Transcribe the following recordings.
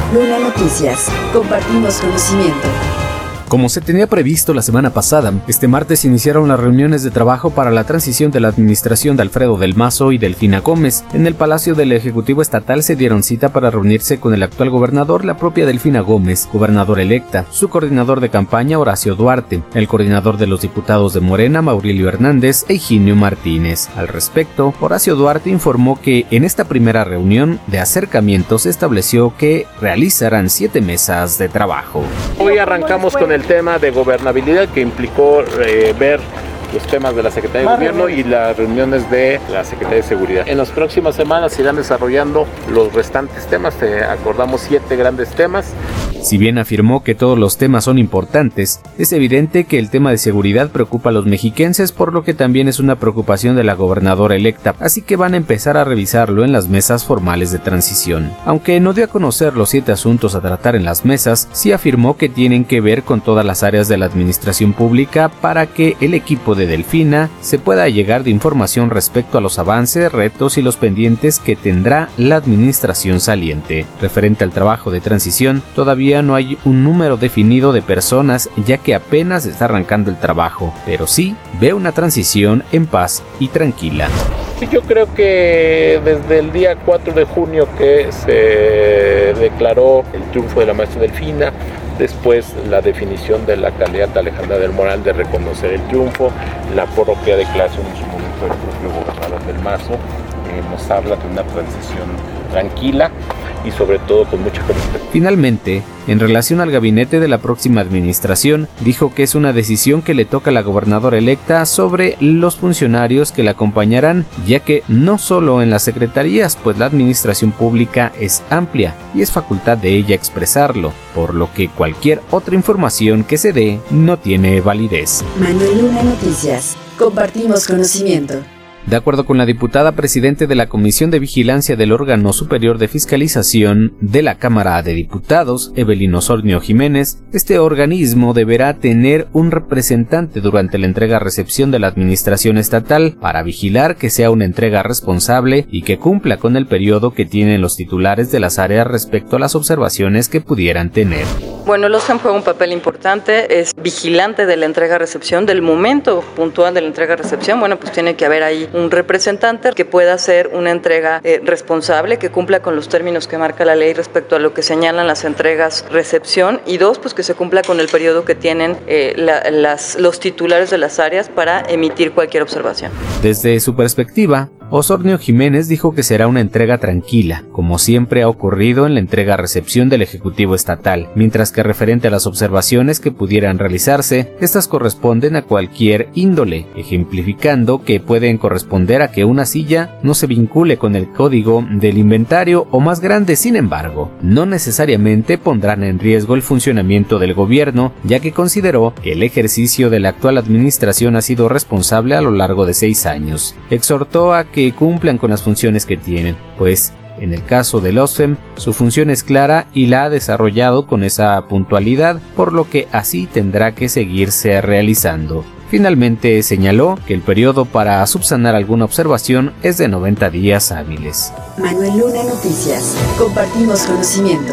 Luna Noticias. Compartimos conocimiento. Como se tenía previsto la semana pasada, este martes iniciaron las reuniones de trabajo para la transición de la administración de Alfredo del Mazo y Delfina Gómez. En el Palacio del Ejecutivo Estatal se dieron cita para reunirse con el actual gobernador, la propia Delfina Gómez, gobernadora electa, su coordinador de campaña Horacio Duarte, el coordinador de los diputados de Morena, Maurilio Hernández e Higinio Martínez. Al respecto, Horacio Duarte informó que en esta primera reunión de acercamiento se estableció que realizarán 7 mesas de trabajo. Hoy arrancamos con el tema de gobernabilidad, que implicó ver los temas de la Secretaría de Gobierno y las reuniones de la Secretaría de Seguridad. En las próximas semanas se irán desarrollando los restantes temas, acordamos 7 grandes temas. Si bien afirmó que todos los temas son importantes, es evidente que el tema de seguridad preocupa a los mexiquenses, por lo que también es una preocupación de la gobernadora electa, así que van a empezar a revisarlo en las mesas formales de transición. Aunque no dio a conocer los 7 asuntos a tratar en las mesas, sí afirmó que tienen que ver con todas las áreas de la administración pública para que el equipo de Delfina se pueda llegar de información respecto a los avances, retos y los pendientes que tendrá la administración saliente. Referente al trabajo de transición, todavía no hay un número definido de personas, ya que apenas está arrancando el trabajo, pero sí ve una transición en paz y tranquila. Yo creo que desde el día 4 de junio que se declaró el triunfo de la maestra Delfina, después la definición de la candidata Alejandra del Moral de reconocer el triunfo, la propia declaración en su momento del propio gobernador del Mazo, nos habla de una transición tranquila y sobre todo con mucha confianza. Finalmente, en relación al gabinete de la próxima administración, dijo que es una decisión que le toca a la gobernadora electa sobre los funcionarios que la acompañarán, ya que no solo en las secretarías, pues la administración pública es amplia y es facultad de ella expresarlo, por lo que cualquier otra información que se dé no tiene validez. Manuel Luna Noticias. Compartimos conocimiento. De acuerdo con la diputada presidente de la Comisión de Vigilancia del Órgano Superior de Fiscalización de la Cámara de Diputados, Evelyn Osornio Jiménez, este organismo deberá tener un representante durante la entrega-recepción de la administración estatal para vigilar que sea una entrega responsable y que cumpla con el periodo que tienen los titulares de las áreas respecto a las observaciones que pudieran tener. Bueno, el OSEM juega un papel importante, es vigilante de la entrega-recepción, del momento puntual de la entrega-recepción. Bueno, pues tiene que haber ahí un representante que pueda hacer una entrega responsable, que cumpla con los términos que marca la ley respecto a lo que señalan las entregas-recepción, y 2, pues que se cumpla con el periodo que tienen los titulares de las áreas para emitir cualquier observación. Desde su perspectiva, Osornio Jiménez dijo que será una entrega tranquila, como siempre ha ocurrido en la entrega-recepción del Ejecutivo Estatal, mientras que referente a las observaciones que pudieran realizarse, estas corresponden a cualquier índole, ejemplificando que pueden corresponder a que una silla no se vincule con el código del inventario o más grande. Sin embargo, no necesariamente pondrán en riesgo el funcionamiento del gobierno, ya que consideró que el ejercicio de la actual administración ha sido responsable a lo largo de 6 años. Exhortó a que cumplan con las funciones que tienen, pues en el caso del OSEM, su función es clara y la ha desarrollado con esa puntualidad, por lo que así tendrá que seguirse realizando. Finalmente señaló que el periodo para subsanar alguna observación es de 90 días hábiles. Manuel Luna Noticias. Compartimos conocimiento.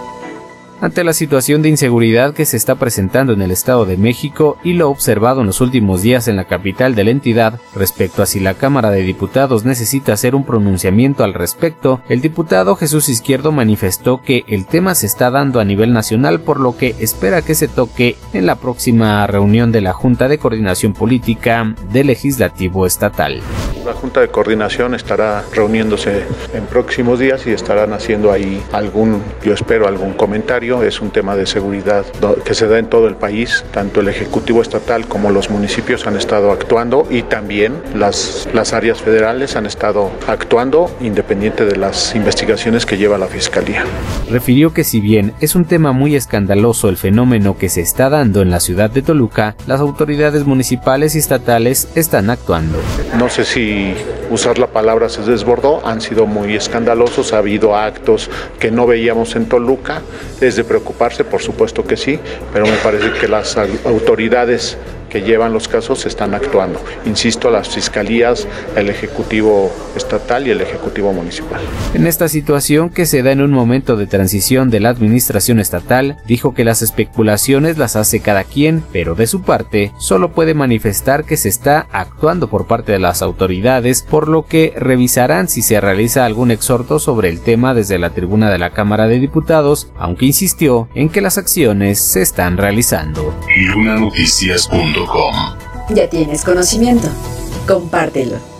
Ante la situación de inseguridad que se está presentando en el Estado de México y lo observado en los últimos días en la capital de la entidad, respecto a si la Cámara de Diputados necesita hacer un pronunciamiento al respecto, el diputado Jesús Izquierdo manifestó que el tema se está dando a nivel nacional, por lo que espera que se toque en la próxima reunión de la Junta de Coordinación Política del Legislativo Estatal. La Junta de Coordinación estará reuniéndose en próximos días y estarán haciendo ahí yo espero algún comentario. Es un tema de seguridad que se da en todo el país, tanto el Ejecutivo Estatal como los municipios han estado actuando y también las áreas federales han estado actuando independiente de las investigaciones que lleva la Fiscalía. Refirió que si bien es un tema muy escandaloso el fenómeno que se está dando en la ciudad de Toluca, las autoridades municipales y estatales están actuando. No sé si usar la palabra se desbordó, han sido muy escandalosos, ha habido actos que no veíamos en Toluca. Es de preocuparse, por supuesto que sí, pero me parece que las autoridades que llevan los casos están actuando. Insisto, las fiscalías, el Ejecutivo Estatal y el Ejecutivo Municipal. En esta situación, que se da en un momento de transición de la administración estatal, dijo que las especulaciones las hace cada quien, pero de su parte solo puede manifestar que se está actuando por parte de las autoridades, por lo que revisarán si se realiza algún exhorto sobre el tema desde la tribuna de la Cámara de Diputados, aunque insistió en que las acciones se están realizando. lunanoticias.com. Ya tienes conocimiento. Compártelo.